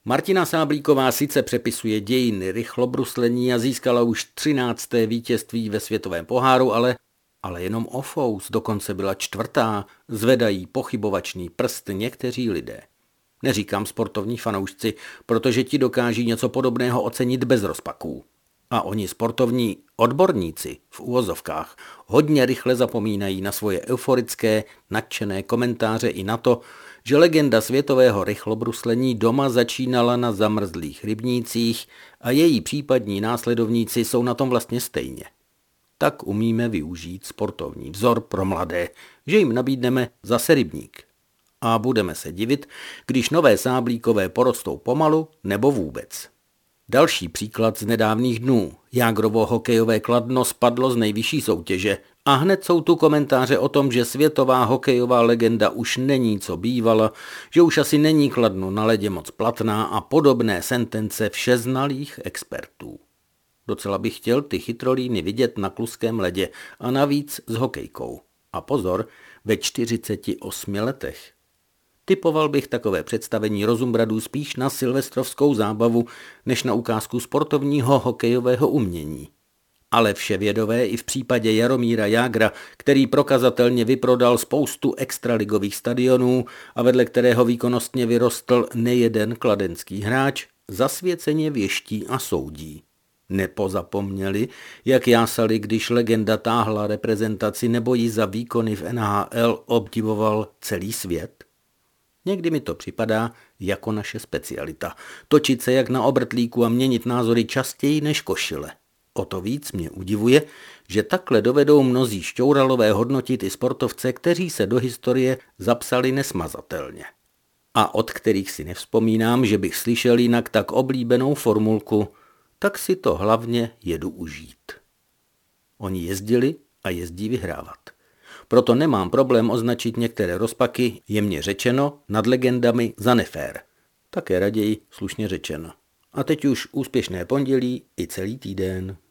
Martina Sáblíková sice přepisuje dějiny rychlobruslení a získala už 13. vítězství ve světovém poháru, ale jenom o fous, dokonce byla 4. Zvedají pochybovačný prst někteří lidé. Neříkám sportovní fanoušci, protože ti dokáží něco podobného ocenit bez rozpaků. A oni sportovní odborníci v uvozovkách hodně rychle zapomínají na svoje euforické, nadšené komentáře i na to, že legenda světového rychlobruslení doma začínala na zamrzlých rybnících a její případní následovníci jsou na tom vlastně stejně. Tak umíme využít sportovní vzor pro mladé, že jim nabídneme zase rybník. A budeme se divit, když nové Sáblíkové porostou pomalu nebo vůbec. Další příklad z nedávných dnů. Jágrovo hokejové Kladno spadlo z nejvyšší soutěže a hned jsou tu komentáře o tom, že světová hokejová legenda už není co bývala, že už asi není Kladno na ledě moc platná a podobné sentence všeznalých expertů. Docela bych chtěl ty chytrolíny vidět na kluském ledě a navíc s hokejkou. A pozor, ve 48 letech. Typoval bych takové představení Rozumbradů spíš na silvestrovskou zábavu, než na ukázku sportovního hokejového umění. Ale vševědové i v případě Jaromíra Jágra, který prokazatelně vyprodal spoustu extraligových stadionů a vedle kterého výkonnostně vyrostl nejeden kladenský hráč, zasvěceně věští a soudí. Nepozapomněli, jak jásali, když legenda táhla reprezentaci nebo ji za výkony v NHL obdivoval celý svět? Někdy mi to připadá jako naše specialita. Točit se jak na obrtlíku a měnit názory častěji než košile. O to víc mě udivuje, že takhle dovedou mnozí šťouralové hodnotit i sportovce, kteří se do historie zapsali nesmazatelně. A od kterých si nevzpomínám, že bych slyšel jinak tak oblíbenou formulku, tak si to hlavně jedu užít. Oni jezdili a jezdí vyhrávat. Proto nemám problém označit některé rozpaky, jemně řečeno, nad legendami za nefér. Také raději slušně řečeno. A teď už úspěšné pondělí i celý týden.